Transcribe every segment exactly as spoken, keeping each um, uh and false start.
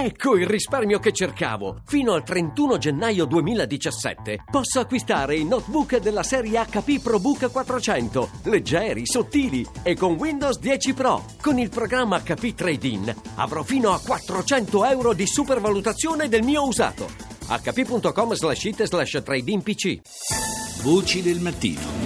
Ecco il risparmio che cercavo! Fino al trentuno gennaio duemiladiciassette posso acquistare i notebook della serie acca pi ProBook quattrocento, leggeri, sottili e con Windows dieci Pro. Con il programma acca pi Trade-in avrò fino a quattrocento euro di supervalutazione del mio usato. acca pi punto com slash it slash trade-in pc. Voci del mattino.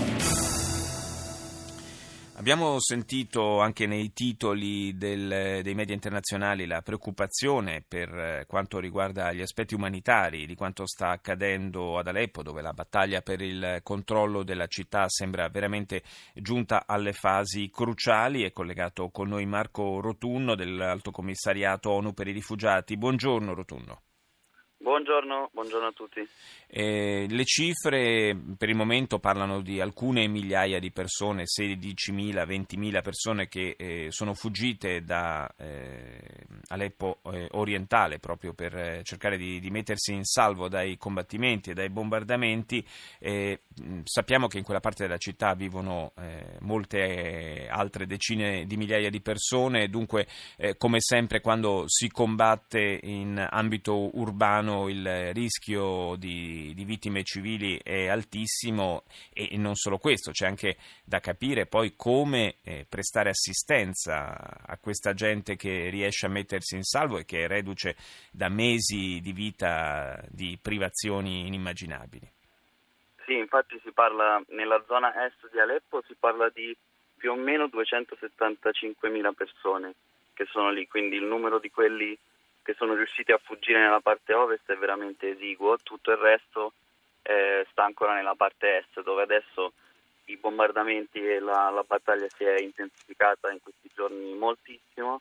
Abbiamo sentito anche nei titoli del, dei media internazionali la preoccupazione per quanto riguarda gli aspetti umanitari di quanto sta accadendo ad Aleppo, dove la battaglia per il controllo della città sembra veramente giunta alle fasi cruciali. È collegato con noi Marco Rotunno dell'Alto Commissariato ONU per i Rifugiati. Buongiorno Rotunno. Buongiorno, buongiorno a tutti. Eh, le cifre per il momento parlano di alcune migliaia di persone, sedicimila, ventimila persone che eh, sono fuggite da eh, Aleppo eh, orientale proprio per eh, cercare di, di mettersi in salvo dai combattimenti e dai bombardamenti. Eh, sappiamo che in quella parte della città vivono eh, molte eh, altre decine di migliaia di persone, dunque eh, come sempre quando si combatte in ambito urbano il rischio di, di vittime civili è altissimo e, e non solo questo, c'è anche da capire poi come eh, prestare assistenza a questa gente che riesce a mettersi in salvo e che è reduce da mesi di vita di privazioni inimmaginabili. Sì, infatti si parla, nella zona est di Aleppo si parla di più o meno duecentosettantacinquemila persone che sono lì, quindi il numero di quelli che sono riusciti a fuggire nella parte ovest è veramente esiguo, tutto il resto eh, sta ancora nella parte est, dove adesso i bombardamenti e la, la battaglia si è intensificata in questi giorni moltissimo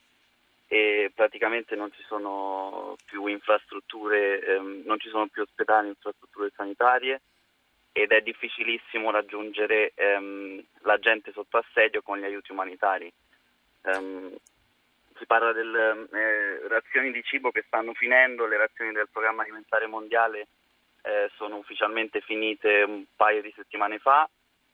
e praticamente non ci sono più infrastrutture, ehm, non ci sono più ospedali, infrastrutture sanitarie ed è difficilissimo raggiungere ehm, la gente sotto assedio con gli aiuti umanitari. Um, Si parla delle eh, razioni di cibo che stanno finendo, le razioni del programma alimentare mondiale eh, sono ufficialmente finite un paio di settimane fa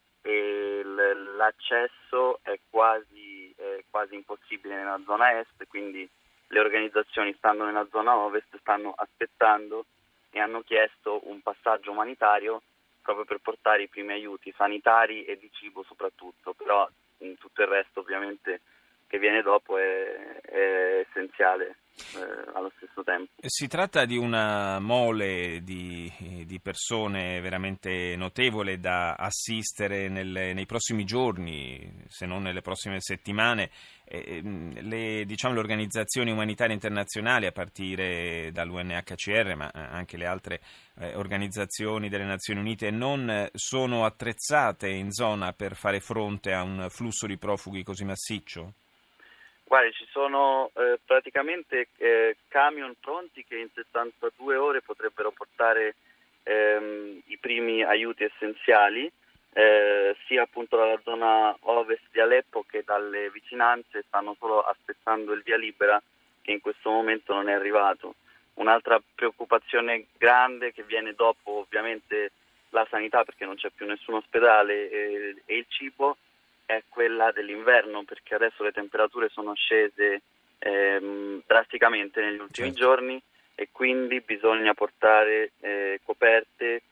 e l- l'accesso è quasi, eh, quasi impossibile nella zona est, quindi le organizzazioni stanno nella zona ovest, stanno aspettando e hanno chiesto un passaggio umanitario proprio per portare i primi aiuti sanitari e di cibo soprattutto, però in tutto il resto ovviamente che viene dopo è, è essenziale eh, allo stesso tempo. Si tratta di una mole di, di persone veramente notevole da assistere nelle, nei prossimi giorni, se non nelle prossime settimane. Eh, le, diciamo, le organizzazioni umanitarie internazionali, a partire dall'U N H C R, ma anche le altre eh, organizzazioni delle Nazioni Unite, non sono attrezzate in zona per fare fronte a un flusso di profughi così massiccio? Guardi, ci sono eh, praticamente eh, camion pronti che in settantadue ore potrebbero portare ehm, i primi aiuti essenziali, eh, sia appunto dalla zona ovest di Aleppo che dalle vicinanze, stanno solo aspettando il via libera che in questo momento non è arrivato. Un'altra preoccupazione grande che viene dopo ovviamente la sanità, perché non c'è più nessun ospedale, e, e il cibo, è quella dell'inverno, perché adesso le temperature sono scese ehm, drasticamente negli ultimi certo. giorni e quindi bisogna portare eh, coperte,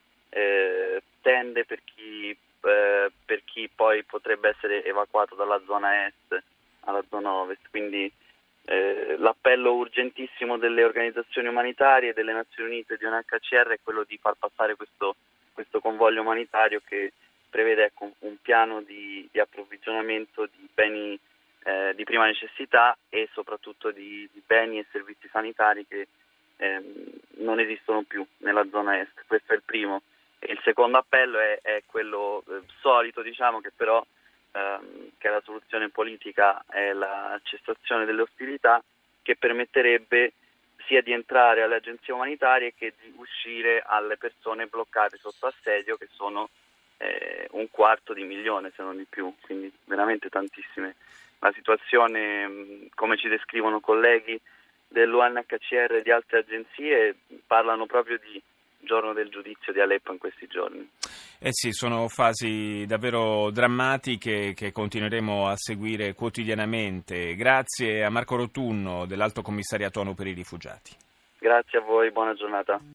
eh, tende per chi, eh, per chi poi potrebbe essere evacuato dalla zona est alla zona ovest. Quindi eh, l'appello urgentissimo delle organizzazioni umanitarie, delle Nazioni Unite e di U N H C R è quello di far passare questo, questo convoglio umanitario che prevede ecco, un piano di, di approvvigionamento di beni eh, di prima necessità e soprattutto di, di beni e servizi sanitari che ehm, non esistono più nella zona est. Questo è il primo. E il secondo appello è, è quello eh, solito, diciamo, che però ehm, che la soluzione politica è la cessazione delle ostilità, che permetterebbe sia di entrare alle agenzie umanitarie che di uscire alle persone bloccate sotto assedio, che sono Eh, un quarto di milione se non di più, quindi veramente tantissime. La situazione, mh, come ci descrivono colleghi dell'U N H C R e di altre agenzie, parlano proprio di giorno del giudizio di Aleppo in questi giorni. Eh sì, sono fasi davvero drammatiche che continueremo a seguire quotidianamente. Grazie a Marco Rotunno dell'Alto Commissariato ONU per i Rifugiati. Grazie a voi, buona giornata.